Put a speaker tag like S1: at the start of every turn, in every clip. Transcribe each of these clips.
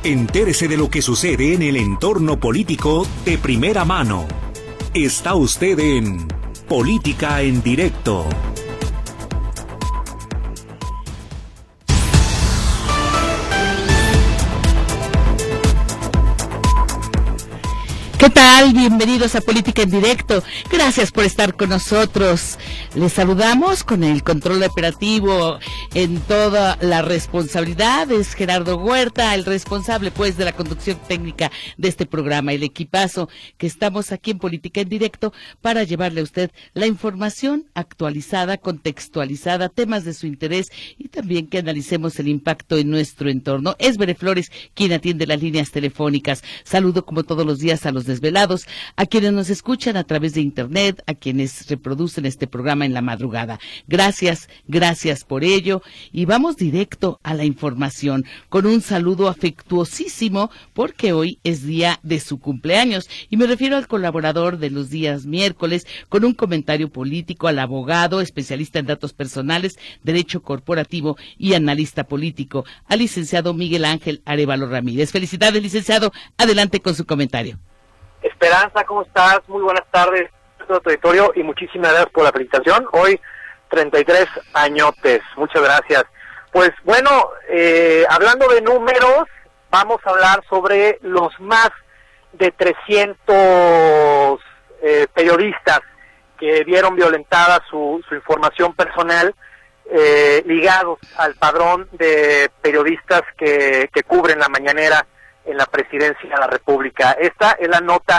S1: Entérese de lo que sucede en el entorno político de primera mano. Está usted en Política en Directo.
S2: ¿Qué tal? Bienvenidos a Política en Directo. Gracias por estar con nosotros. Les saludamos con el control operativo en toda la responsabilidad. Es Gerardo Huerta, el responsable pues de la conducción técnica de este programa. El equipazo que estamos aquí en Política en Directo para llevarle a usted la información actualizada, contextualizada, temas de su interés y también que analicemos el impacto en nuestro entorno. Es Bere Flores quien atiende las líneas telefónicas. Saludo como todos los días a los desvelados, a quienes nos escuchan a través de internet, a quienes reproducen este programa en la madrugada. Gracias por ello y vamos directo a la información con un saludo afectuosísimo porque hoy es día de su cumpleaños y me refiero al colaborador de los días miércoles con un comentario político, al abogado, especialista en datos personales, derecho corporativo y analista político, al licenciado Miguel Ángel Arévalo Ramírez. Felicidades, licenciado, adelante con su comentario.
S3: Esperanza, ¿cómo estás? Muy buenas tardes a todo tu auditorio y muchísimas gracias por la felicitación. Hoy 33 añotes, muchas gracias. Pues bueno, hablando de números, vamos a hablar sobre los más de 300 periodistas que vieron violentada su información personal ligados al padrón de periodistas que cubren la mañanera en la Presidencia de la República. Esta es la nota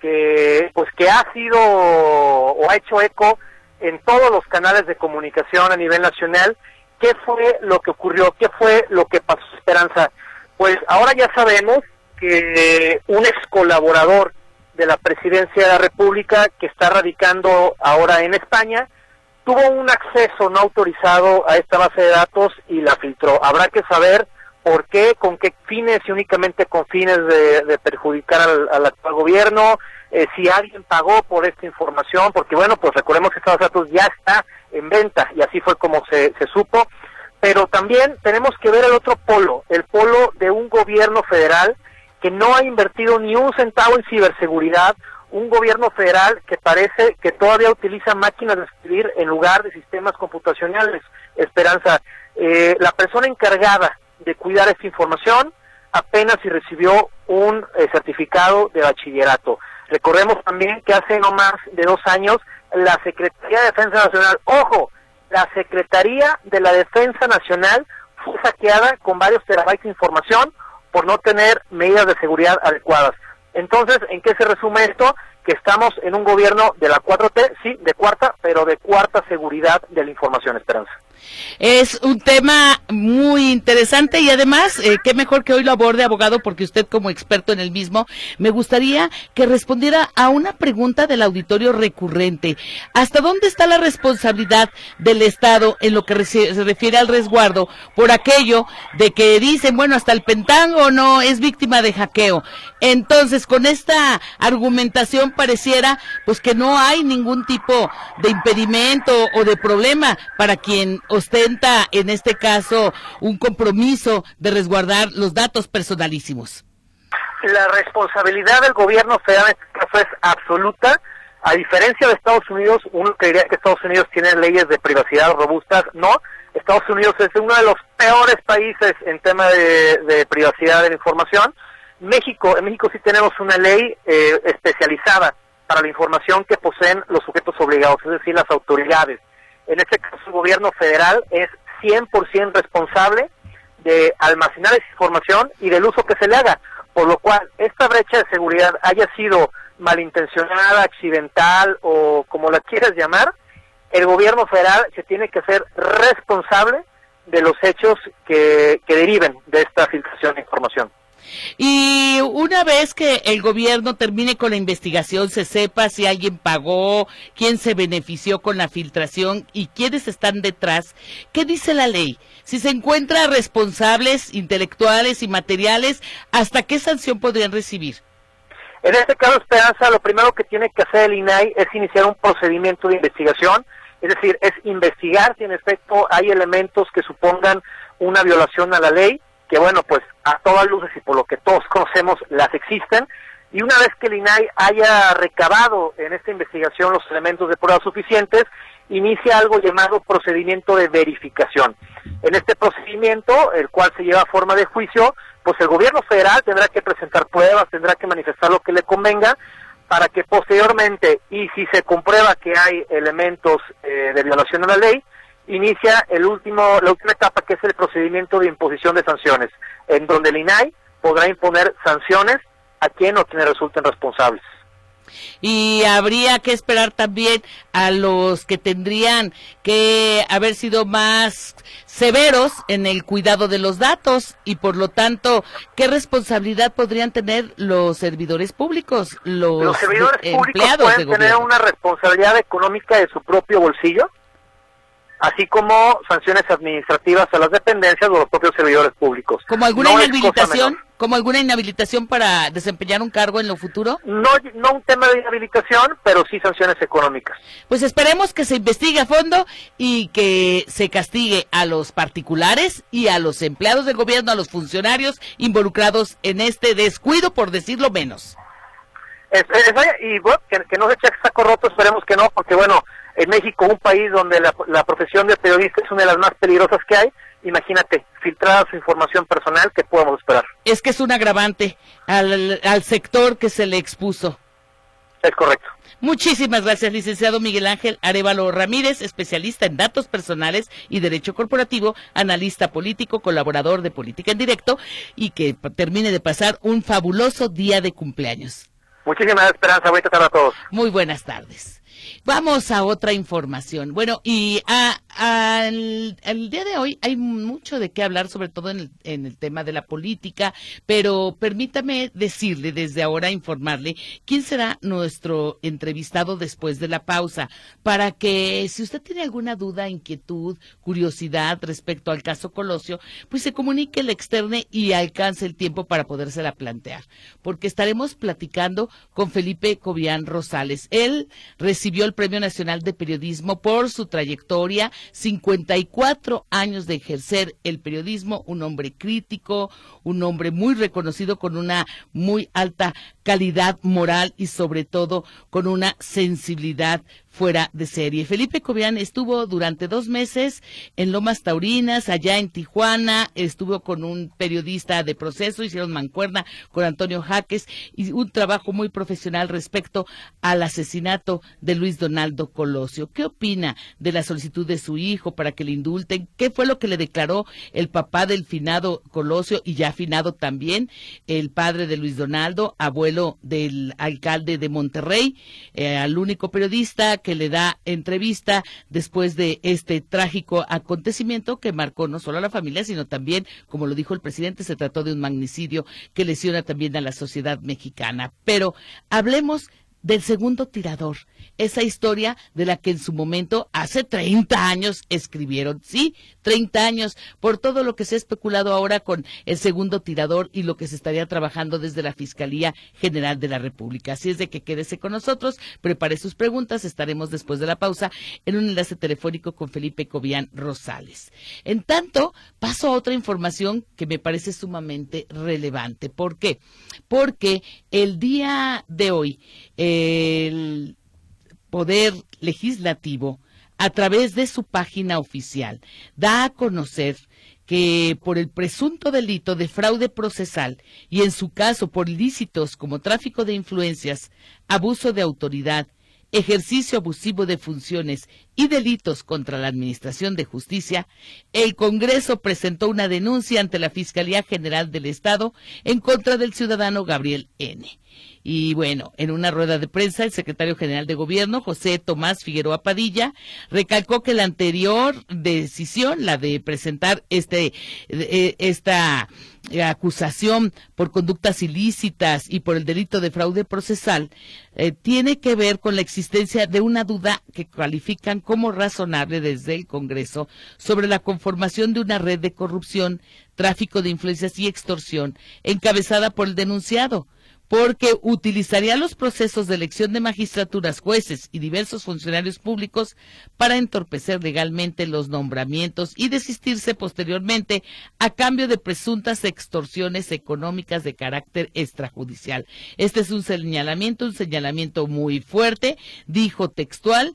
S3: que ha sido o ha hecho eco en todos los canales de comunicación a nivel nacional. ¿Qué fue lo que ocurrió? ¿Qué fue lo que pasó, Esperanza? Pues ahora ya sabemos que un ex colaborador de la Presidencia de la República, que está radicando ahora en España, tuvo un acceso no autorizado a esta base de datos y la filtró. Habrá que saber ¿por qué? ¿Con qué fines? Y únicamente con fines de perjudicar al actual gobierno, si alguien pagó por esta información, porque bueno, pues recordemos que estos datos ya está en venta, y así fue como se supo, pero también tenemos que ver el otro polo, el polo de un gobierno federal que no ha invertido ni un centavo en ciberseguridad, un gobierno federal que parece que todavía utiliza máquinas de escribir en lugar de sistemas computacionales. Esperanza, la persona encargada de cuidar esta información apenas si recibió un certificado de bachillerato. Recordemos también que hace no más de 2 años la Secretaría de Defensa Nacional, ¡ojo!, la Secretaría de la Defensa Nacional fue saqueada con varios terabytes de información por no tener medidas de seguridad adecuadas. Entonces, ¿en qué se resume esto? Que estamos en un gobierno de la 4T, sí, de cuarta, pero de cuarta seguridad de la información, Esperanza.
S2: Es un tema muy interesante y además, qué mejor que hoy lo aborde, abogado, porque usted como experto en el mismo, me gustaría que respondiera a una pregunta del auditorio recurrente. ¿Hasta dónde está la responsabilidad del Estado en lo que se refiere al resguardo por aquello de que dicen, bueno, hasta el Pentágono es víctima de hackeo? Entonces, con esta argumentación pareciera pues que no hay ningún tipo de impedimento o de problema para quien ostenta en este caso un compromiso de resguardar los datos personalísimos.
S3: La responsabilidad del gobierno federal en este caso es absoluta. A diferencia de Estados Unidos, uno creería que Estados Unidos tiene leyes de privacidad robustas. No, Estados Unidos es uno de los peores países en tema de privacidad de la información. En México sí tenemos una ley especializada para la información que poseen los sujetos obligados, es decir, las autoridades. En este caso, el gobierno federal es 100% responsable de almacenar esa información y del uso que se le haga, por lo cual esta brecha de seguridad haya sido malintencionada, accidental o como la quieras llamar, el gobierno federal se tiene que hacer responsable de los hechos que deriven de esta filtración de información.
S2: Y una vez que el gobierno termine con la investigación, se sepa si alguien pagó, quién se benefició con la filtración y quiénes están detrás, ¿qué dice la ley? Si se encuentra responsables intelectuales y materiales, ¿hasta qué sanción podrían recibir?
S3: En este caso, Esperanza, lo primero que tiene que hacer el INAI es iniciar un procedimiento de investigación, es decir, es investigar si en efecto hay elementos que supongan una violación a la ley. que bueno, pues a todas luces y por lo que todos conocemos, las existen, y una vez que el INAI haya recabado en esta investigación los elementos de prueba suficientes, inicia algo llamado procedimiento de verificación. En este procedimiento, el cual se lleva a forma de juicio, pues el gobierno federal tendrá que presentar pruebas, tendrá que manifestar lo que le convenga, para que posteriormente, y si se comprueba que hay elementos de violación a la ley, inicia la última etapa, que es el procedimiento de imposición de sanciones, en donde el INAI podrá imponer sanciones a quien o quienes resulten responsables.
S2: Y habría que esperar también a los que tendrían que haber sido más severos en el cuidado de los datos y por lo tanto, ¿qué responsabilidad podrían tener los servidores públicos,
S3: los servidores públicos
S2: pueden
S3: tener una responsabilidad económica de su propio bolsillo, así como sanciones administrativas a las dependencias o los propios servidores públicos.
S2: ¿Como alguna inhabilitación? ¿Como alguna inhabilitación para desempeñar un cargo en lo futuro?
S3: No un tema de inhabilitación, pero sí sanciones económicas.
S2: Pues esperemos que se investigue a fondo y que se castigue a los particulares y a los empleados del gobierno, a los funcionarios involucrados en este descuido, por decirlo menos.
S3: Y bueno, que no se eche saco roto, esperemos que no, porque bueno, en México, un país donde la profesión de periodista es una de las más peligrosas que hay, imagínate, filtrada su información personal, ¿qué podemos esperar?
S2: Es que es un agravante al sector que se le expuso.
S3: Es correcto.
S2: Muchísimas gracias, licenciado Miguel Ángel Arévalo Ramírez, especialista en datos personales y derecho corporativo, analista político, colaborador de Política en Directo, y que termine de pasar un fabuloso día de cumpleaños.
S3: Muchísimas gracias, Esperanza. Buenas tardes a todos.
S2: Muy buenas tardes. Vamos a otra información. Bueno, y al día de hoy hay mucho de qué hablar, sobre todo en el tema de la política, pero permítame decirle desde ahora, informarle quién será nuestro entrevistado después de la pausa, para que si usted tiene alguna duda, inquietud, curiosidad respecto al caso Colosio, pues se comunique, le externe y alcance el tiempo para podérsela plantear, porque estaremos platicando con Felipe Cobián Rosales. Él recibió el Premio Nacional de Periodismo por su trayectoria, 54 años de ejercer el periodismo, un hombre crítico, un hombre muy reconocido con una muy alta calidad moral y sobre todo con una sensibilidad fuera de serie. Felipe Cobián estuvo durante 2 meses en Lomas Taurinas, allá en Tijuana, estuvo con un periodista de Proceso, hicieron mancuerna con Antonio Jaques y un trabajo muy profesional respecto al asesinato de Luis Donaldo Colosio. ¿Qué opina de la solicitud de su hijo para que le indulten? ¿Qué fue lo que le declaró el papá del finado Colosio y ya finado también, el padre de Luis Donaldo, abuelo del alcalde de Monterrey, al único periodista que le da entrevista después de este trágico acontecimiento que marcó no solo a la familia, sino también, como lo dijo el presidente, se trató de un magnicidio que lesiona también a la sociedad mexicana. Pero hablemos del segundo tirador, esa historia de la que en su momento, hace 30 años, escribieron, sí, 30 años, por todo lo que se ha especulado ahora con el segundo tirador y lo que se estaría trabajando desde la Fiscalía General de la República. Así es de que quédese con nosotros, prepare sus preguntas, estaremos después de la pausa en un enlace telefónico con Felipe Cobián Rosales. En tanto, paso a otra información que me parece sumamente relevante. ¿Por qué? Porque el día de hoy, el Poder Legislativo, a través de su página oficial, da a conocer que por el presunto delito de fraude procesal y en su caso por ilícitos como tráfico de influencias, abuso de autoridad, ejercicio abusivo de funciones y delitos contra la Administración de Justicia, el Congreso presentó una denuncia ante la Fiscalía General del Estado en contra del ciudadano Gabriel N. Y bueno, en una rueda de prensa, el secretario general de Gobierno, José Tomás Figueroa Padilla, recalcó que la anterior decisión, la de presentar esta acusación por conductas ilícitas y por el delito de fraude procesal, tiene que ver con la existencia de una duda que califican como razonable desde el Congreso sobre la conformación de una red de corrupción, tráfico de influencias y extorsión encabezada por el denunciado, porque utilizaría los procesos de elección de magistraturas, jueces y diversos funcionarios públicos para entorpecer legalmente los nombramientos y desistirse posteriormente a cambio de presuntas extorsiones económicas de carácter extrajudicial. Este es un señalamiento muy fuerte, dijo textual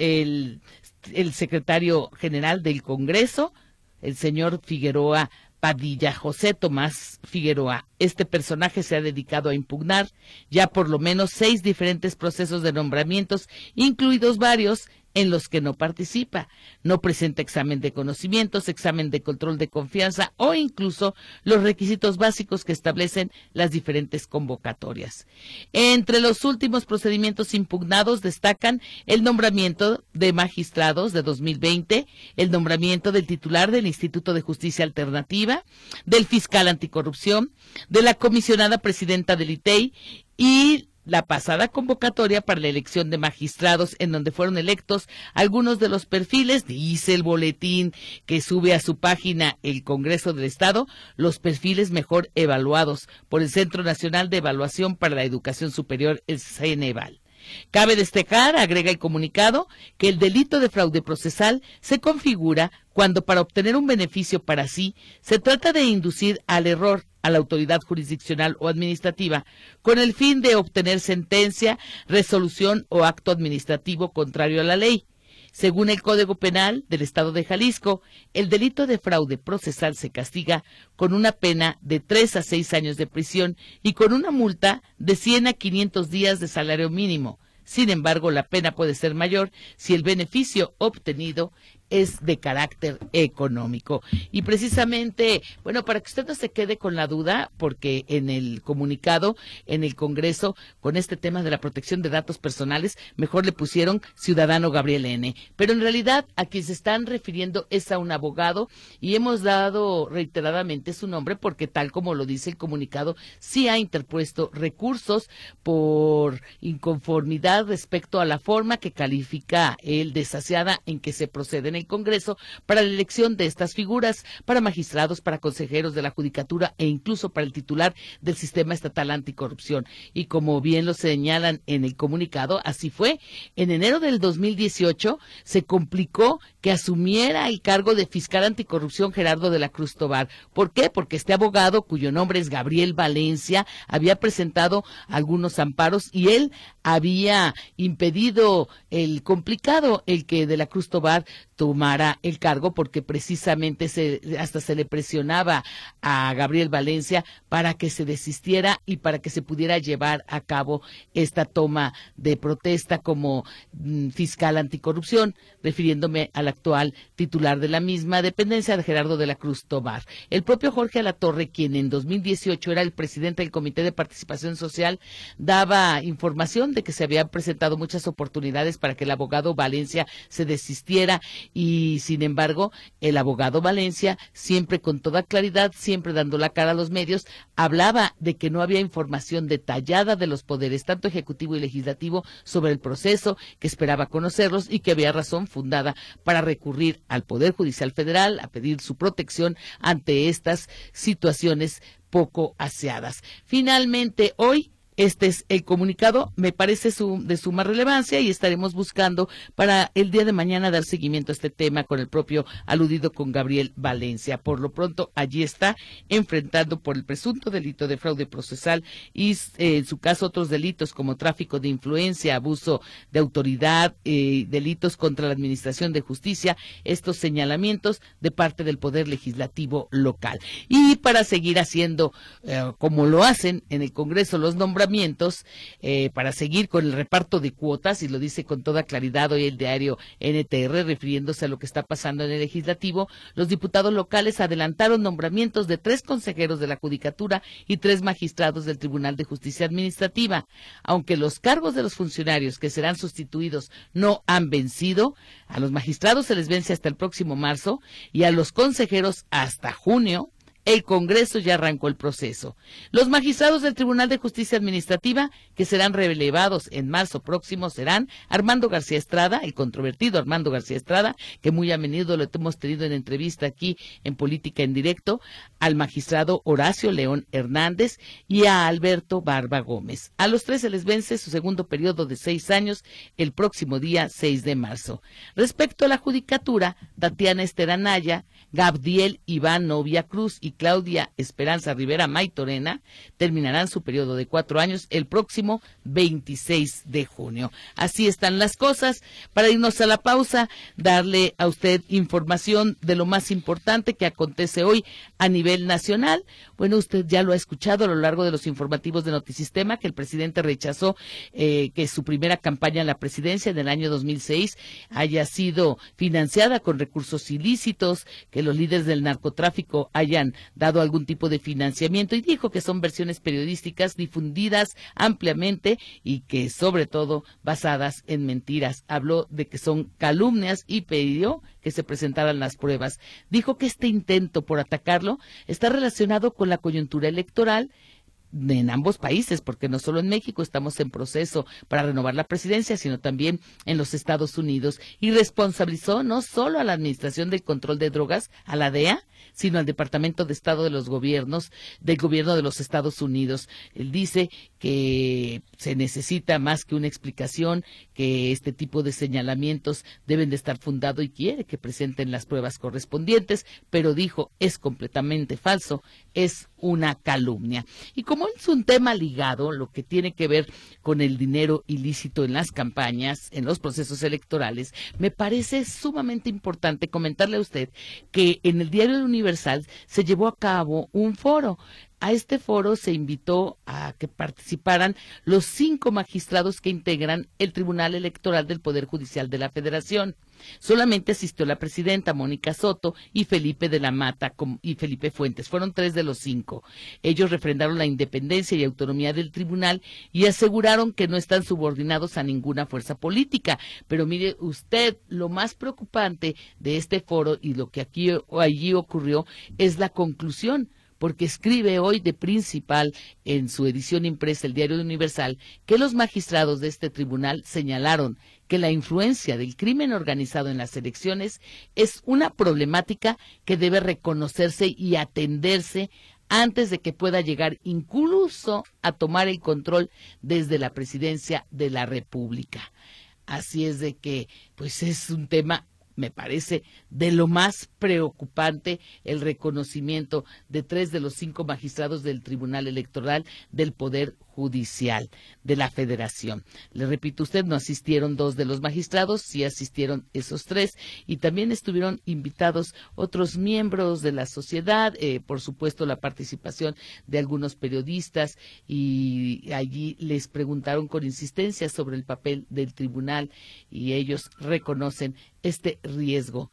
S2: el secretario general del Congreso, el señor Figueroa Padilla, José Tomás Figueroa. Este personaje se ha dedicado a impugnar ya por lo menos 6 diferentes procesos de nombramientos, incluidos varios en los que no participa, no presenta examen de conocimientos, examen de control de confianza o incluso los requisitos básicos que establecen las diferentes convocatorias. Entre los últimos procedimientos impugnados destacan el nombramiento de magistrados de 2020, el nombramiento del titular del Instituto de Justicia Alternativa, del fiscal anticorrupción, de la comisionada presidenta del ITEI y la pasada convocatoria para la elección de magistrados, en donde fueron electos algunos de los perfiles, dice el boletín que sube a su página el Congreso del Estado, los perfiles mejor evaluados por el Centro Nacional de Evaluación para la Educación Superior, el Ceneval. Cabe destacar, agrega el comunicado, que el delito de fraude procesal se configura cuando para obtener un beneficio para sí se trata de inducir al error a la autoridad jurisdiccional o administrativa con el fin de obtener sentencia, resolución o acto administrativo contrario a la ley. Según el Código Penal del Estado de Jalisco, el delito de fraude procesal se castiga con una pena de 3 a 6 años de prisión y con una multa de 100 a 500 días de salario mínimo. Sin embargo, la pena puede ser mayor si el beneficio obtenido es de carácter económico. Y precisamente, bueno, para que usted no se quede con la duda, porque en el comunicado, en el Congreso, con este tema de la protección de datos personales, mejor le pusieron ciudadano Gabriel N. Pero en realidad a quien se están refiriendo es a un abogado y hemos dado reiteradamente su nombre porque tal como lo dice el comunicado, sí ha interpuesto recursos por inconformidad respecto a la forma que califica el desaseada en que se procede en el Congreso para la elección de estas figuras, para magistrados, para consejeros de la Judicatura e incluso para el titular del Sistema Estatal Anticorrupción. Y como bien lo señalan en el comunicado, así fue. En enero del 2018 se complicó que asumiera el cargo de fiscal anticorrupción Gerardo de la Cruz Tobar. ¿Por qué? Porque este abogado, cuyo nombre es Gabriel Valencia, había presentado algunos amparos y él había impedido el que de la Cruz Tobar tomara el cargo porque precisamente hasta se le presionaba a Gabriel Valencia para que se desistiera y para que se pudiera llevar a cabo esta toma de protesta como fiscal anticorrupción, refiriéndome al actual titular de la misma dependencia, de Gerardo de la Cruz Tobar. El propio Jorge Alatorre, quien en 2018 era el presidente del Comité de Participación Social, daba información de que se habían presentado muchas oportunidades para que el abogado Valencia se desistiera y sin embargo el abogado Valencia, siempre con toda claridad, siempre dando la cara a los medios, hablaba de que no había información detallada de los poderes, tanto ejecutivo y legislativo, sobre el proceso, que esperaba conocerlos y que había razón fundada para recurrir al Poder Judicial Federal a pedir su protección ante estas situaciones poco aseadas. Finalmente, hoy, este es el comunicado, me parece de suma relevancia y estaremos buscando para el día de mañana dar seguimiento a este tema con el propio aludido con Gabriel Valencia. Por lo pronto, allí está enfrentando por el presunto delito de fraude procesal y en su caso otros delitos como tráfico de influencia, abuso de autoridad, delitos contra la administración de justicia, estos señalamientos de parte del Poder Legislativo local. Y para seguir haciendo como lo hacen en el Congreso los nombramientos, para seguir con el reparto de cuotas, y lo dice con toda claridad hoy el diario NTR, refiriéndose a lo que está pasando en el legislativo, los diputados locales adelantaron nombramientos de 3 consejeros de la Judicatura y 3 magistrados del Tribunal de Justicia Administrativa. Aunque los cargos de los funcionarios que serán sustituidos no han vencido, a los magistrados se les vence hasta el próximo marzo y a los consejeros hasta junio. El Congreso ya arrancó el proceso. Los magistrados del Tribunal de Justicia Administrativa, que serán relevados en marzo próximo, serán Armando García Estrada, el controvertido Armando García Estrada, que muy a menudo lo hemos tenido en entrevista aquí en Política en Directo, al magistrado Horacio León Hernández y a Alberto Barba Gómez. A los tres se les vence su segundo periodo de 6 años el próximo día 6 de marzo. Respecto a la judicatura, Tatiana Esther Anaya, Gabdiel Iván Novia Cruz y Claudia Esperanza Rivera Maytorena terminarán su periodo de 4 años el próximo 26 de junio. Así están las cosas. Para irnos a la pausa, darle a usted información de lo más importante que acontece hoy a nivel nacional. Bueno, usted ya lo ha escuchado a lo largo de los informativos de Notisistema, que el presidente rechazó que su primera campaña en la presidencia en el año 2006 haya sido financiada con recursos ilícitos, que los líderes del narcotráfico hayan dado algún tipo de financiamiento, y dijo que son versiones periodísticas difundidas ampliamente y que sobre todo basadas en mentiras. Habló de que son calumnias y pidió que se presentaran las pruebas. Dijo que este intento por atacarlo está relacionado con la coyuntura electoral en ambos países, porque no solo en México estamos en proceso para renovar la presidencia, sino también en los Estados Unidos, y responsabilizó no solo a la Administración del Control de Drogas, a la DEA, sino al Departamento de Estado de los Gobiernos, del Gobierno de los Estados Unidos. Él dice que se necesita más que una explicación, que este tipo de señalamientos deben de estar fundados y quiere que presenten las pruebas correspondientes, pero dijo, es completamente falso, es una calumnia. Y como es un tema ligado, lo que tiene que ver con el dinero ilícito en las campañas, en los procesos electorales, me parece sumamente importante comentarle a usted que en el Diario Universal se llevó a cabo un foro. A este foro se invitó a que participaran los 5 magistrados que integran el Tribunal Electoral del Poder Judicial de la Federación. Solamente asistió la presidenta Mónica Soto y Felipe de la Mata y Felipe Fuentes. Fueron 3 de los 5. Ellos refrendaron la independencia y autonomía del tribunal y aseguraron que no están subordinados a ninguna fuerza política. Pero mire usted, lo más preocupante de este foro y lo que aquí o allí ocurrió es la conclusión, porque escribe hoy de principal en su edición impresa el Diario Universal que los magistrados de este tribunal señalaron que la influencia del crimen organizado en las elecciones es una problemática que debe reconocerse y atenderse antes de que pueda llegar incluso a tomar el control desde la presidencia de la República. Así es de que, pues es un tema, me parece, de lo más preocupante, el reconocimiento de 3 de los 5 magistrados del Tribunal Electoral del Poder Judicial de la Federación. Le repito, usted, no asistieron 2 de los magistrados, sí asistieron esos 3, y también estuvieron invitados otros miembros de la sociedad, por supuesto la participación de algunos periodistas, y allí les preguntaron con insistencia sobre el papel del tribunal, y ellos reconocen este riesgo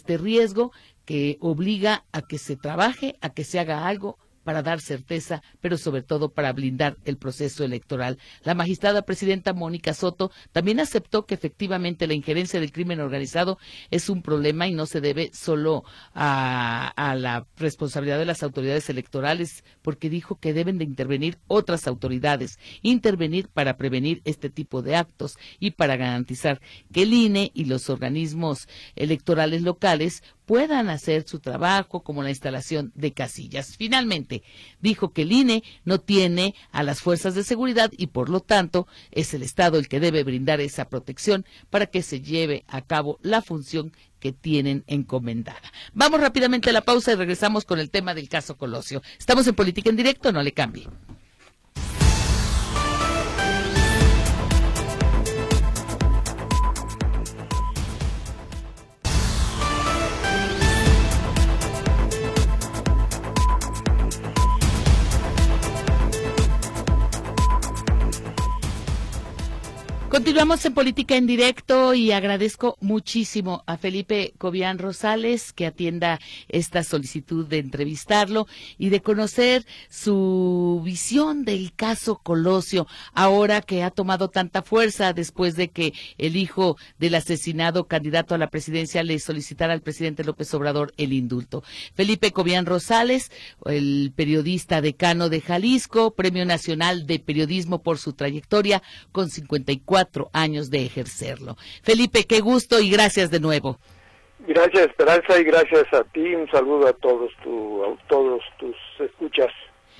S2: que obliga a que se trabaje, a que se haga algo para dar certeza, pero sobre todo para blindar el proceso electoral. La magistrada presidenta Mónica Soto también aceptó que efectivamente la injerencia del crimen organizado es un problema y no se debe solo a la responsabilidad de las autoridades electorales, porque dijo que deben de intervenir otras autoridades, intervenir para prevenir este tipo de actos y para garantizar que el INE y los organismos electorales locales puedan hacer su trabajo, como la instalación de casillas. Finalmente, dijo que el INE no tiene a las fuerzas de seguridad y por lo tanto es el Estado el que debe brindar esa protección para que se lleve a cabo la función que tienen encomendada. Vamos rápidamente a la pausa y regresamos con el tema del caso Colosio. Estamos en Política en Directo, no le cambie. Continuamos en Política en Directo y agradezco muchísimo a Felipe Cobián Rosales que atienda esta solicitud de entrevistarlo y de conocer su visión del caso Colosio, ahora que ha tomado tanta fuerza después de que el hijo del asesinado candidato a la presidencia le solicitara al presidente López Obrador el indulto. Felipe Cobián Rosales, el periodista decano de Jalisco, Premio Nacional de Periodismo por su trayectoria, con 54 años de ejercerlo. Felipe, qué gusto y gracias de nuevo.
S4: Gracias, Esperanza, y gracias a ti. Un saludo a todos tus escuchas.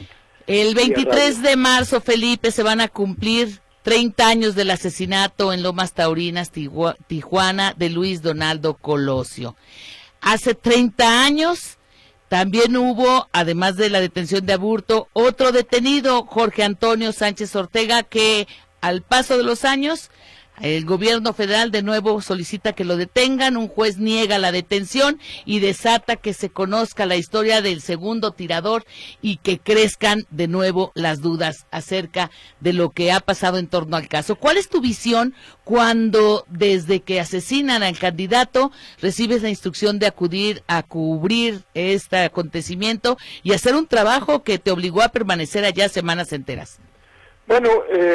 S2: El 23 de marzo, Felipe, se van a cumplir 30 años del asesinato en Lomas Taurinas, Tijuana, de Luis Donaldo Colosio. Hace 30 años también hubo, además de la detención de Aburto, otro detenido, Jorge Antonio Sánchez Ortega, que al paso de los años, el gobierno federal de nuevo solicita que lo detengan, un juez niega la detención y desata que se conozca la historia del segundo tirador y que crezcan de nuevo las dudas acerca de lo que ha pasado en torno al caso. ¿Cuál es tu visión cuando desde que asesinan al candidato recibes la instrucción de acudir a cubrir este acontecimiento y hacer un trabajo que te obligó a permanecer allá semanas enteras?
S4: Bueno,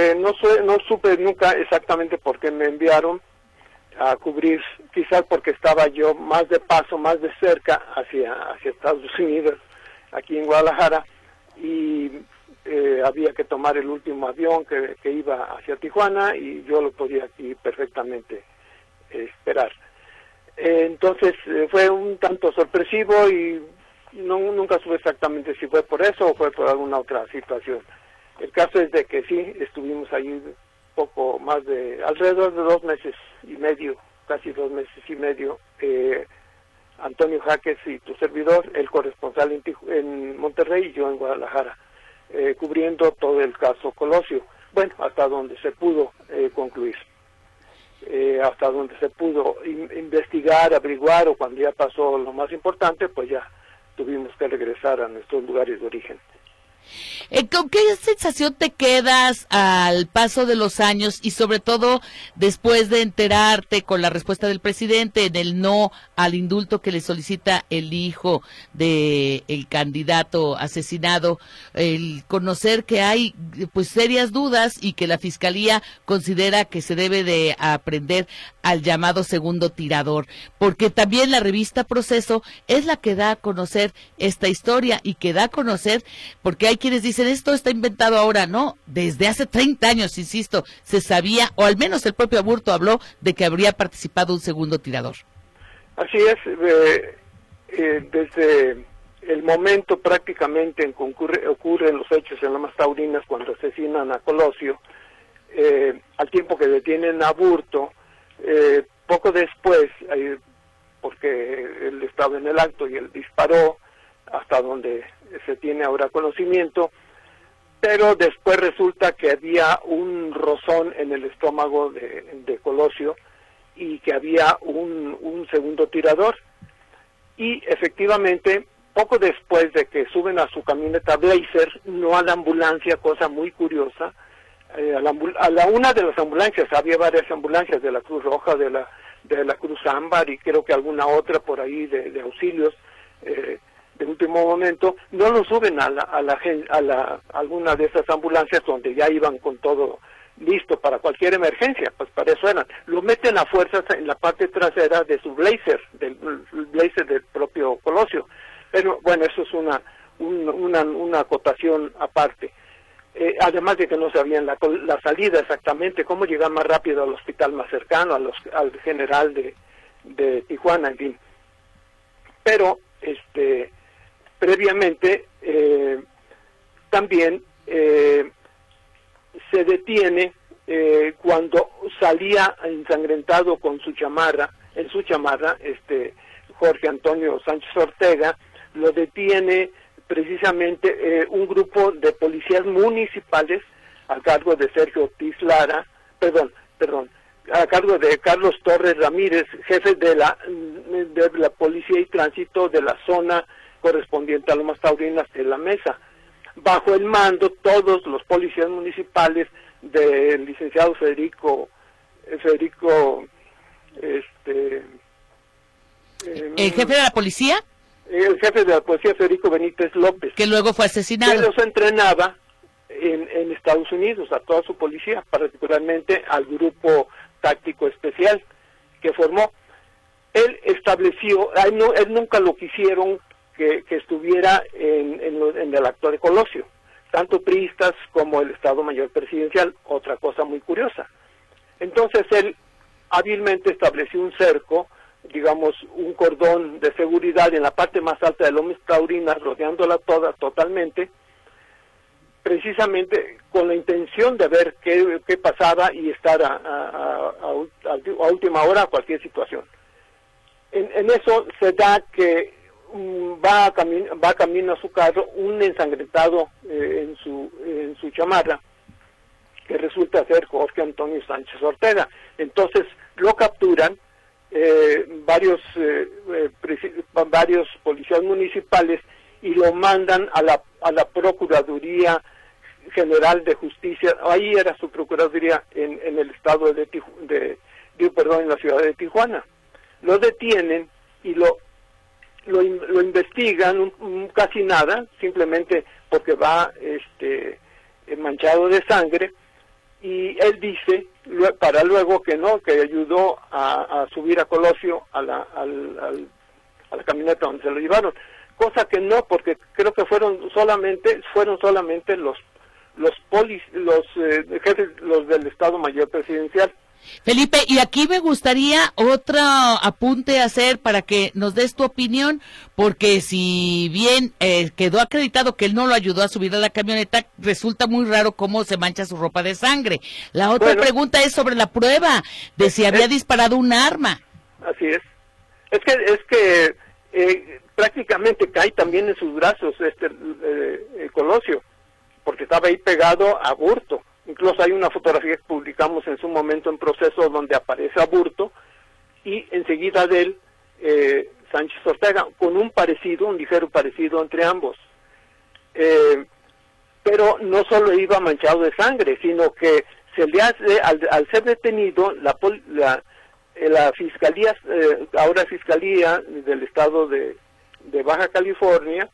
S4: no supe nunca exactamente por qué me enviaron a cubrir, quizás porque estaba yo más de paso, más de cerca hacia Estados Unidos, aquí en Guadalajara, y había que tomar el último avión que iba hacia Tijuana y yo lo podía aquí perfectamente esperar. Entonces fue un tanto sorpresivo y nunca supe exactamente si fue por eso o fue por alguna otra situación. El caso es de que sí, estuvimos ahí poco más de, alrededor de 2 meses y medio, casi 2 meses y medio, Antonio Jaques y tu servidor, el corresponsal en Monterrey y yo en Guadalajara, cubriendo todo el caso Colosio, bueno, hasta donde se pudo concluir, hasta donde se pudo investigar, averiguar, o cuando ya pasó lo más importante, pues ya tuvimos que regresar a nuestros lugares de origen.
S2: ¿Con qué sensación te quedas al paso de los años y sobre todo después de enterarte con la respuesta del presidente en el no al indulto que le solicita el hijo del candidato asesinado, el conocer que hay pues serias dudas y que la fiscalía considera que se debe de aprender al llamado segundo tirador? Porque también la revista Proceso es la que da a conocer esta historia y que da a conocer, porque hay quienes dicen esto está inventado ahora, no, desde hace 30 años, insisto, se sabía, o al menos el propio Aburto habló de que habría participado un segundo tirador.
S4: Así es, desde el momento prácticamente en que ocurren los hechos en Lomas Taurinas cuando asesinan a Colosio, al tiempo que detienen a Aburto, poco después, porque él estaba en el acto y él disparó, hasta donde se tiene ahora conocimiento, pero después resulta que había un rozón en el estómago de Colosio y que había un segundo tirador, y efectivamente poco después de que suben a su camioneta Blazer, no a la ambulancia, cosa muy curiosa, a una de las ambulancias, había varias ambulancias de la Cruz Roja, de la Cruz Ámbar y creo que alguna otra por ahí de auxilios de último momento, no lo suben a alguna de esas ambulancias donde ya iban con todo listo para cualquier emergencia, pues para eso eran. Lo meten a fuerzas en la parte trasera de su Blazer, del Blazer del propio Colosio. Pero bueno, eso es una acotación aparte. Además de que no sabían la salida exactamente, cómo llegar más rápido al hospital más cercano, al general de Tijuana, en fin. Pero previamente también se detiene cuando salía ensangrentado con su chamarra, Jorge Antonio Sánchez Ortega, lo detiene precisamente un grupo de policías municipales a cargo de Sergio Ortiz Lara, a cargo de Carlos Torres Ramírez, jefe de la Policía y Tránsito de la zona correspondiente a Lomas Taurinas de la Mesa, bajo el mando todos los policías municipales del licenciado Federico Federico,
S2: ¿El jefe de la policía?
S4: El jefe de la policía, Federico Benítez López,
S2: que luego fue
S4: que
S2: asesinado.
S4: los entrenaba en Estados Unidos, a toda su policía, particularmente al grupo táctico especial que formó. Él estableció, él nunca lo quisieron que estuviera en el acto de Colosio, tanto priistas como el Estado Mayor Presidencial, otra cosa muy curiosa. Entonces él hábilmente estableció un cerco, digamos, un cordón de seguridad en la parte más alta de Lomas Taurinas, rodeándola toda totalmente, precisamente con la intención de ver qué pasaba y estar a última hora a cualquier situación. En eso se da que va camino a su carro un ensangrentado en su chamarra, que resulta ser Jorge Antonio Sánchez Ortega. Entonces lo capturan varios policías municipales y lo mandan a la Procuraduría General de Justicia. Ahí era su procuraduría en el estado en la ciudad de Tijuana. Lo detienen y lo investigan casi nada, simplemente porque va manchado de sangre, y él dice para luego que no, que ayudó a subir a Colosio a la camioneta donde se lo llevaron, cosa que no, porque creo que fueron solamente los jefes, los del Estado Mayor Presidencial.
S2: Felipe, y aquí me gustaría otro apunte hacer para que nos des tu opinión, porque si bien quedó acreditado que él no lo ayudó a subir a la camioneta, resulta muy raro cómo se mancha su ropa de sangre. La otra pregunta es sobre la prueba de si había disparado un arma.
S4: Así es. Es que prácticamente cae también en sus brazos Colosio, porque estaba ahí pegado a Burto. Incluso hay una fotografía que publicamos en su momento en Proceso donde aparece Aburto y enseguida de él Sánchez Ortega, con un ligero parecido entre ambos. Pero no solo iba manchado de sangre, sino que se le hace, al ser detenido, la fiscalía, ahora Fiscalía del Estado de Baja California,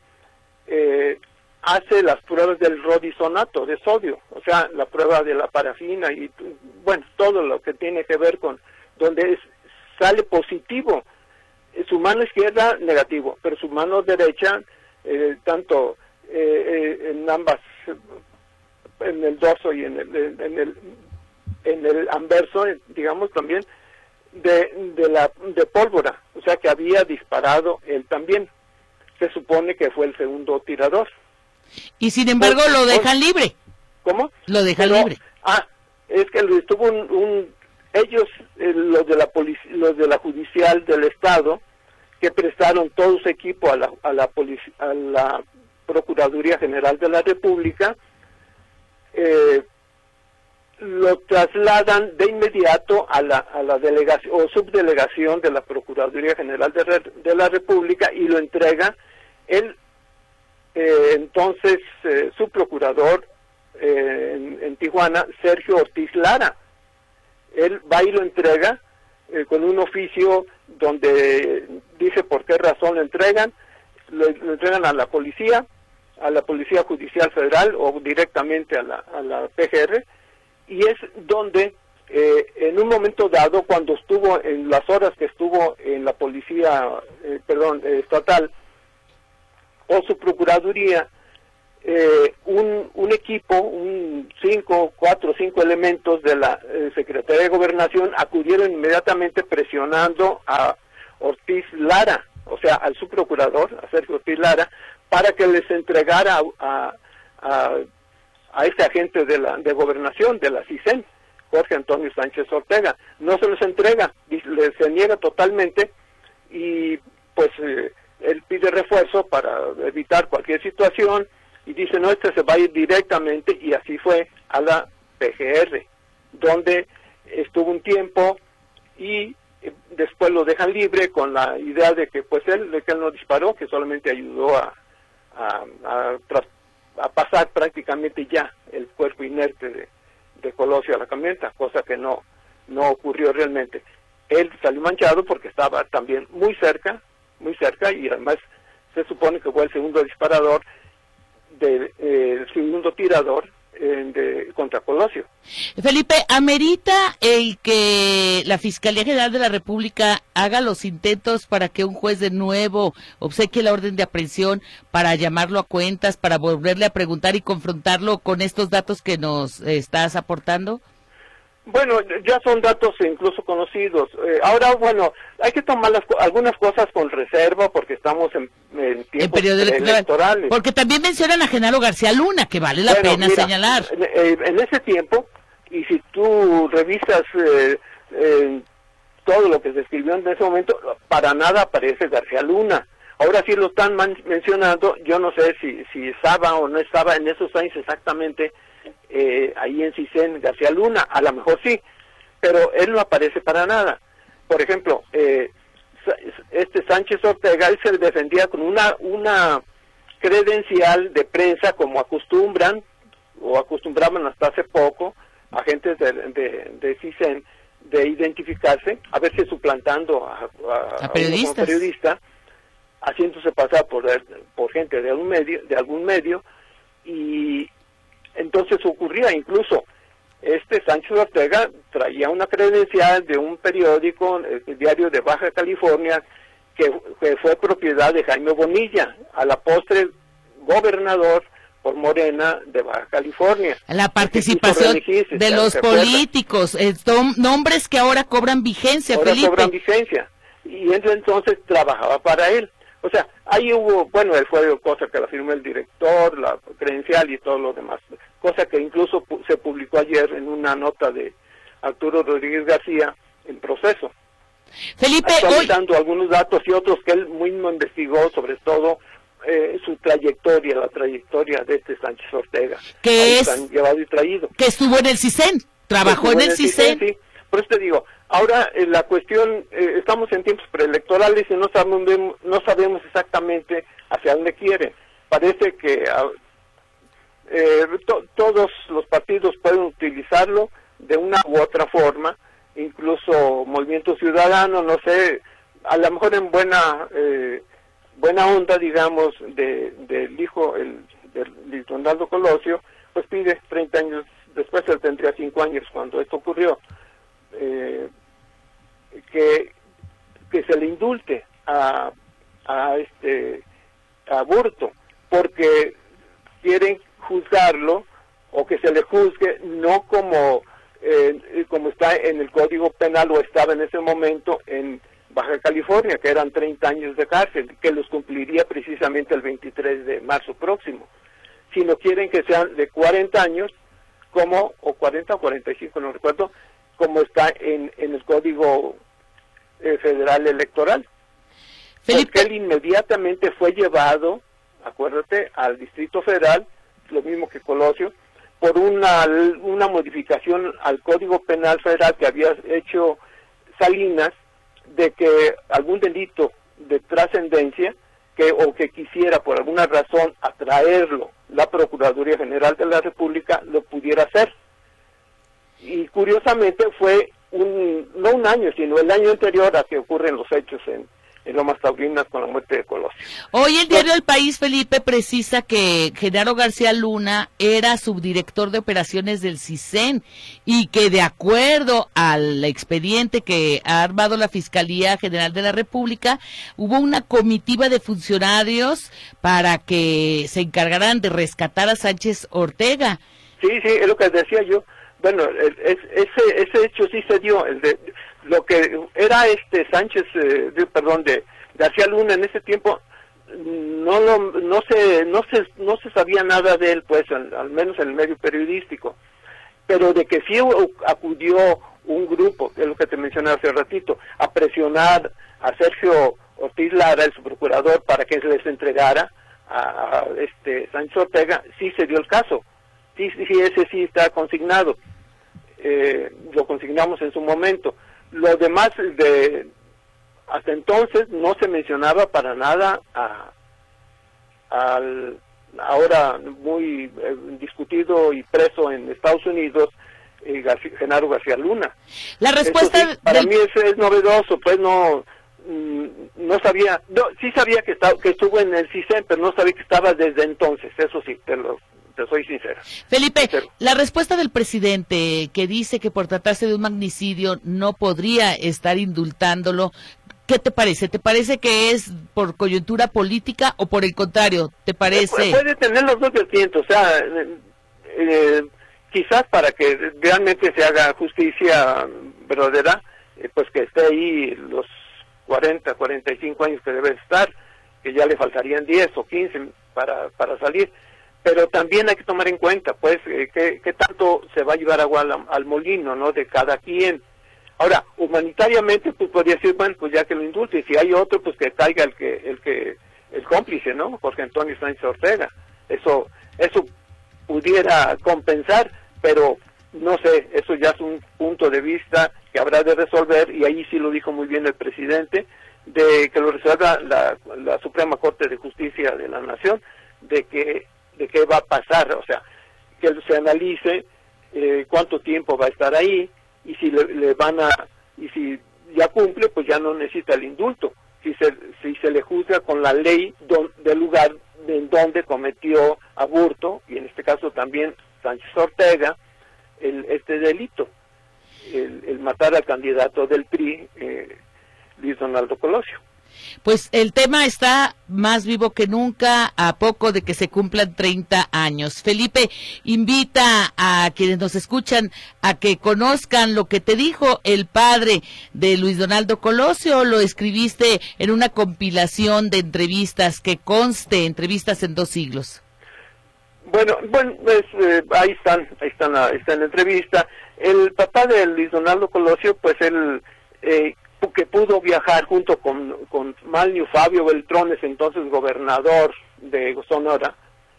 S4: hace las pruebas del rodisonato de sodio, o sea, la prueba de la parafina y, bueno, todo lo que tiene que ver con, donde sale positivo, su mano izquierda negativo, pero su mano derecha, tanto en ambas, en el dorso y en el anverso, digamos, también, de pólvora, o sea, que había disparado él también. Se supone que fue el segundo tirador.
S2: Y sin embargo lo dejan libre.
S4: ¿Cómo?
S2: Lo dejan libre.
S4: Es que estuvo ellos, los de la judicial del estado, que prestaron todo su equipo a la Procuraduría General de la República, lo trasladan de inmediato a la delegación o subdelegación de la Procuraduría General de la República y lo entrega él. Entonces su procurador en Tijuana, Sergio Ortiz Lara, él va y lo entrega con un oficio donde dice por qué razón lo entregan a la Policía Judicial Federal o directamente a la PGR, y es donde en un momento dado, cuando estuvo en las horas que estuvo en la Policía estatal o su procuraduría, un equipo, 4 o 5 elementos de la Secretaría de Gobernación acudieron inmediatamente presionando a Ortiz Lara, o sea, al subprocurador, a Sergio Ortiz Lara, para que les entregara a este agente de Gobernación, de la CISEN, Jorge Antonio Sánchez Ortega. No se los entrega, se niega totalmente, y pues él pide refuerzo para evitar cualquier situación y dice, no, se va a ir directamente, y así fue a la PGR, donde estuvo un tiempo y después lo dejan libre con la idea de que pues él no disparó, que solamente ayudó a pasar prácticamente ya el cuerpo inerte de Colosio a la camioneta, cosa que no no ocurrió realmente. Él salió manchado porque estaba también muy cerca, y además se supone que fue el segundo disparador, el segundo tirador contra Colosio.
S2: Felipe, ¿amerita el que la Fiscalía General de la República haga los intentos para que un juez de nuevo obsequie la orden de aprehensión para llamarlo a cuentas, para volverle a preguntar y confrontarlo con estos datos que nos estás aportando?
S4: Bueno, ya son datos incluso conocidos. Ahora, bueno, hay que tomar algunas cosas con reserva porque estamos en tiempos electorales.
S2: Porque también mencionan a Genaro García Luna, que vale la pena señalar.
S4: En ese tiempo, y si tú revisas todo lo que se escribió en ese momento, para nada aparece García Luna. Ahora sí lo están mencionando, yo no sé si estaba o no estaba en esos años exactamente ahí en CISEN García Luna, a lo mejor sí, pero él no aparece para nada. Por ejemplo, Sánchez Ortega, él se defendía con una credencial de prensa como acostumbraban hasta hace poco agentes de CISEN, de identificarse, a veces suplantando a
S2: periodistas.
S4: Como periodista, haciéndose pasar por gente de algún medio, y entonces ocurría incluso, Sánchez Ortega traía una credencial de un periódico, el Diario de Baja California, que fue propiedad de Jaime Bonilla, a la postre gobernador por Morena de Baja California.
S2: La participación de los políticos, nombres que ahora cobran vigencia, Felipe.
S4: Ahora cobran vigencia, y entonces trabajaba para él. O sea, ahí hubo, bueno, él fue cosa que la firmó el director, la credencial y todo lo demás, cosa que incluso se publicó ayer en una nota de Arturo Rodríguez García en Proceso.
S2: Felipe,
S4: actualizando algunos datos y otros que él mismo investigó, sobre todo su trayectoria, la trayectoria de Sánchez Ortega.
S2: Que
S4: llevado y traído.
S2: Que estuvo en el CISEN, trabajó en el CISEN.
S4: Sí. Por eso te digo, ahora la cuestión, estamos en tiempos preelectorales y no sabemos exactamente hacia dónde quiere. Parece que todos los partidos pueden utilizarlo de una u otra forma, incluso Movimiento Ciudadano, no sé, a lo mejor en buena onda, digamos, del hijo, de Ronaldo Colosio, pues pide 30 años, después él tendría 5 años cuando esto ocurrió. Que se le indulte a Aburto, porque quieren juzgarlo, o que se le juzgue no como está en el Código Penal o estaba en ese momento en Baja California, que eran 30 años de cárcel, que los cumpliría precisamente el 23 de marzo próximo, sino quieren que sean de 40 años, o 40 o 45, no recuerdo, como está en el Código Federal Electoral.
S2: Felipe.
S4: Porque él inmediatamente fue llevado, acuérdate, al Distrito Federal, lo mismo que Colosio, por una modificación al Código Penal Federal que había hecho Salinas, de que algún delito de trascendencia, o que quisiera por alguna razón atraerlo la Procuraduría General de la República, lo pudiera hacer. Y curiosamente fue no un año, sino el año anterior a que ocurren los hechos en Lomas Taurinas con la muerte de Colosio.
S2: Hoy el diario El País, Felipe, precisa que Genaro García Luna era subdirector de operaciones del CISEN y que de acuerdo al expediente que ha armado la Fiscalía General de la República, hubo una comitiva de funcionarios para que se encargaran de rescatar a Sánchez Ortega.
S4: Sí, es lo que decía yo. Bueno, ese hecho sí se dio, lo que era de García Luna en ese tiempo, no se sabía nada de él, pues, al menos en el medio periodístico, pero de que sí acudió un grupo, que es lo que te mencioné hace ratito, a presionar a Sergio Ortiz Lara, el subprocurador, para que se les entregara a Sánchez Ortega, sí se dio el caso. Sí, ese sí está consignado. Lo consignamos en su momento. Lo demás, hasta entonces, no se mencionaba para nada al ahora muy discutido y preso en Estados Unidos, Genaro García Luna.
S2: La respuesta
S4: sí, para mí es novedoso, pues no sabía, sí sabía que estuvo en el CISEN, pero no sabía que estaba desde entonces, eso sí, te soy sincero.
S2: Felipe, la respuesta del presidente que dice que por tratarse de un magnicidio no podría estar indultándolo, ¿qué te parece? ¿Te parece que es por coyuntura política o por el contrario? ¿Te parece?
S4: Puede tener los dos vertientes, o sea, quizás para que realmente se haga justicia verdadera, pues que esté ahí los 40, 45 años que debe estar, que ya le faltarían 10 o 15 para salir, pero también hay que tomar en cuenta, pues, qué tanto se va a llevar agua al molino, ¿no?, de cada quien. Ahora, humanitariamente, pues podría decir, bueno, pues ya que lo indulte, y si hay otro, pues que caiga el cómplice, ¿no?, Jorge Antonio Sánchez Ortega. Eso pudiera compensar, pero no sé, eso ya es un punto de vista que habrá de resolver, y ahí sí lo dijo muy bien el presidente, de que lo resuelva la Suprema Corte de Justicia de la Nación, de qué va a pasar, o sea, que se analice cuánto tiempo va a estar ahí, y si y si ya cumple, pues ya no necesita el indulto, si se le juzga con la ley del lugar en donde cometió aborto, y en este caso también Sánchez Ortega, este delito, el matar al candidato del PRI, Luis Donaldo Colosio.
S2: Pues el tema está más vivo que nunca a poco de que se cumplan 30 años. Felipe, invita a quienes nos escuchan a que conozcan lo que te dijo el padre de Luis Donaldo Colosio. Lo escribiste en una compilación de entrevistas que conste entrevistas en 2 siglos.
S4: Bueno, pues, ahí está en la entrevista. El papá de Luis Donaldo Colosio, pues él que pudo viajar junto con Manlio Fabio Beltrones, entonces gobernador de Sonora,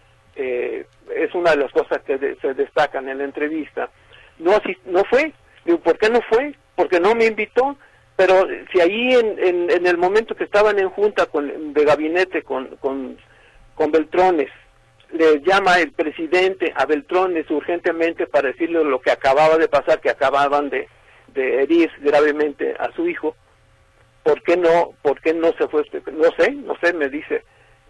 S4: es una de las cosas que se destacan en la entrevista. No fue. Digo, ¿por qué no fue? Porque no me invitó. Pero si ahí en el momento que estaban en junta de gabinete con Beltrones, le llama el presidente a Beltrones urgentemente para decirle lo que acababa de pasar, que acababan de herir gravemente a su hijo. ¿Por qué no se fue? No sé, me dice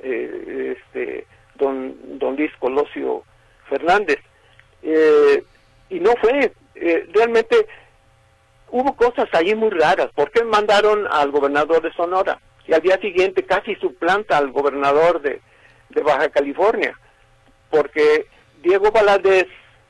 S4: don Luis Colosio Fernández. Y no fue. Realmente hubo cosas ahí muy raras. ¿Por qué mandaron al gobernador de Sonora? Y al día siguiente casi suplanta al gobernador de Baja California. Porque Diego Valadez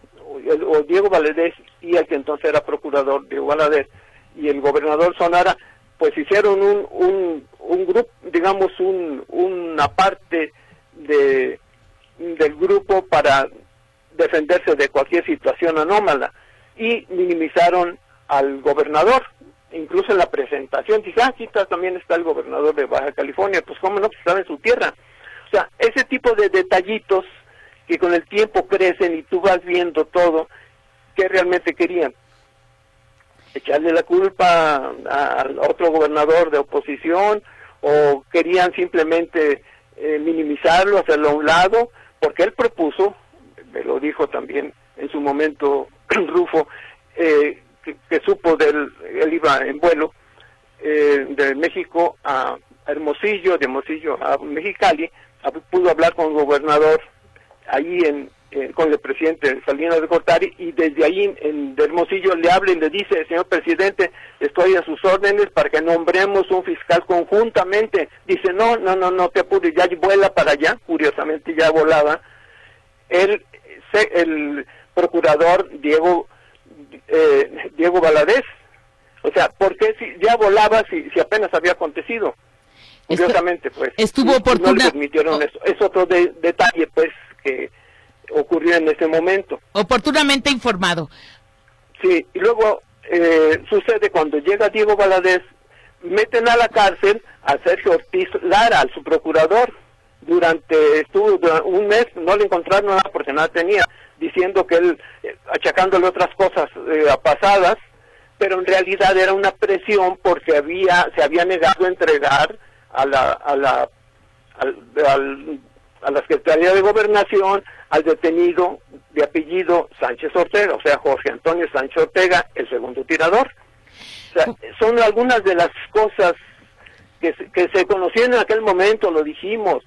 S4: y el que entonces era procurador, Diego Valadez, y el gobernador Sonora, pues hicieron un grupo, digamos, una parte del grupo para defenderse de cualquier situación anómala, y minimizaron al gobernador. Incluso en la presentación dice, aquí también está el gobernador de Baja California, pues cómo no, pues estaba en su tierra. O sea, ese tipo de detallitos que con el tiempo crecen y tú vas viendo todo, que realmente querían echarle la culpa al otro gobernador de oposición, o querían simplemente minimizarlo, hacerlo a un lado, porque él propuso, me lo dijo también en su momento Rufo, que supo él iba en vuelo de México a Hermosillo, de Hermosillo a Mexicali, pudo hablar con el gobernador ahí con el presidente Salinas de Gortari, y desde ahí de Hermosillo le habla y le dice, señor presidente, estoy a sus órdenes para que nombremos un fiscal conjuntamente. Dice, no te apures, ya vuela para allá. Curiosamente ya volaba el procurador Diego Valadez. O sea, ¿por qué si ya volaba si apenas había acontecido? Curiosamente, pues,
S2: estuvo oportuna.
S4: No le permitieron eso. Es otro detalle, pues, que ocurrió en ese momento.
S2: Oportunamente informado. Sí,
S4: y luego sucede cuando llega Diego Valadez, meten a la cárcel a Sergio Ortiz Lara, al subprocurador. Estuvo un mes, no le encontraron nada porque nada tenía, diciendo que él, achacándole otras cosas pasadas, pero en realidad era una presión porque se había negado a entregar a la Secretaría de Gobernación al detenido de apellido Sánchez Ortega, o sea, Jorge Antonio Sánchez Ortega, el segundo tirador. O sea, son algunas de las cosas que se conocían en aquel momento, lo dijimos,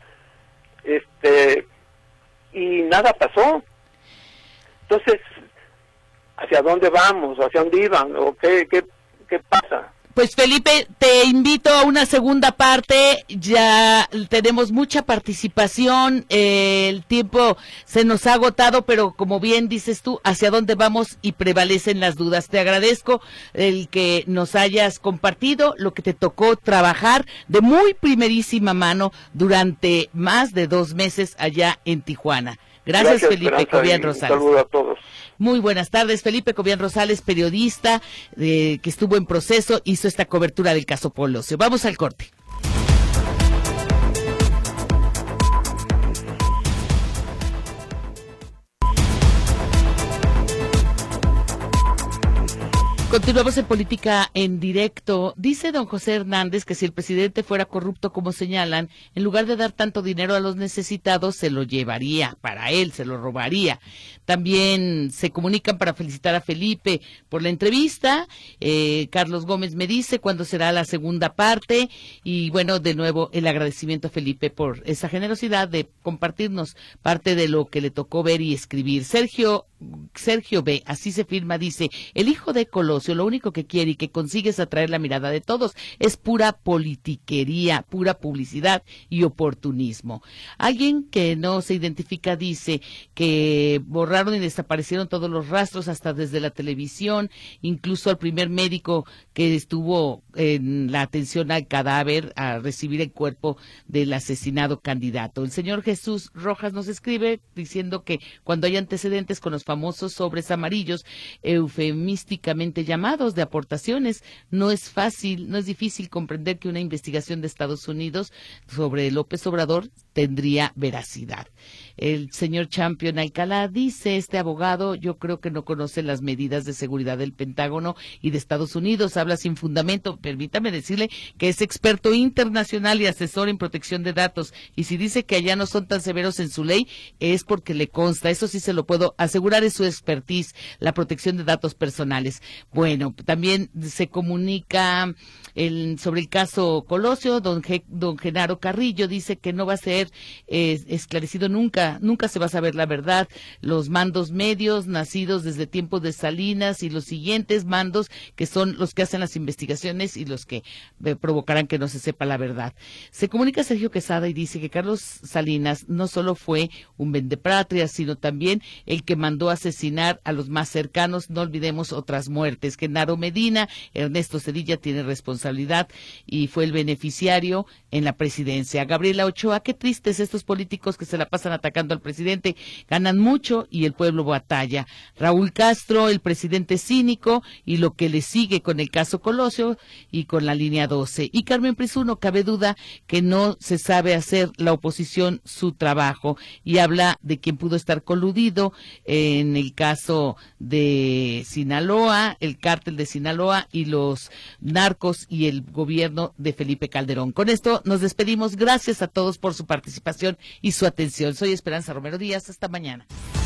S4: y nada pasó. Entonces, ¿hacia dónde vamos? ¿Hacia dónde iban? ¿O qué pasa?
S2: Pues Felipe, te invito a una segunda parte, ya tenemos mucha participación, el tiempo se nos ha agotado, pero como bien dices tú, hacia dónde vamos y prevalecen las dudas. Te agradezco el que nos hayas compartido lo que te tocó trabajar de muy primerísima mano durante más de 2 meses allá en Tijuana. Gracias Felipe
S4: Esperanza,
S2: Cobian Rosales.
S4: Un saludo a todos.
S2: Muy buenas tardes, Felipe Cobian Rosales, periodista que estuvo en proceso, hizo esta cobertura del caso Colosio. Vamos al corte. Continuamos en Política en Directo. Dice don José Hernández que si el presidente fuera corrupto como señalan, en lugar de dar tanto dinero a los necesitados, se lo llevaría para él, se lo robaría. También se comunican para felicitar a Felipe por la entrevista. Carlos Gómez me dice cuándo será la segunda parte. Y bueno, de nuevo el agradecimiento a Felipe por esa generosidad de compartirnos parte de lo que le tocó ver y escribir. Sergio B, así se firma, dice: el hijo de Colosio lo único que quiere y que consigue es atraer la mirada de todos, es pura politiquería, pura publicidad y oportunismo. Alguien que no se identifica dice que borraron y desaparecieron todos los rastros, hasta desde la televisión, incluso al primer médico que estuvo en la atención al cadáver a recibir el cuerpo del asesinado candidato. El señor Jesús Rojas nos escribe diciendo que cuando hay antecedentes con los famosos sobres amarillos, eufemísticamente llamados de aportaciones, no es difícil comprender que una investigación de Estados Unidos sobre López Obrador tendría veracidad. El señor Champion Alcalá dice: este abogado yo creo que no conoce las medidas de seguridad del Pentágono y de Estados Unidos, habla sin fundamento. Permítame decirle que es experto internacional y asesor en protección de datos, y si dice que allá no son tan severos en su ley, es porque le consta, eso sí se lo puedo asegurar, es su expertise, la protección de datos personales. Bueno, también se comunica sobre el caso Colosio, don Genaro Carrillo dice que no va a ser esclarecido nunca se va a saber la verdad. Los mandos medios nacidos desde tiempos de Salinas y los siguientes mandos que son los que hacen las investigaciones y los que provocarán que no se sepa la verdad. Se comunica Sergio Quesada y dice que Carlos Salinas no solo fue un vendepatria, sino también el que mandó asesinar a los más cercanos. No olvidemos otras muertes. Genaro Medina, Ernesto Zedilla tiene responsabilidad y fue el beneficiario en la presidencia. Gabriela Ochoa: qué tristes estos políticos que se la pasan atacando al presidente, ganan mucho y el pueblo batalla. Raúl Castro: el presidente cínico y lo que le sigue con el caso Colosio y con la línea 12. Y Carmen Prisuno: cabe duda que no se sabe hacer la oposición su trabajo, y habla de quien pudo estar coludido en el caso de Sinaloa, el cártel de Sinaloa y los narcos y el gobierno de Felipe Calderón. Con esto nos despedimos. Gracias a todos por su participación y su atención. Soy Esperanza Romero Díaz. Hasta mañana.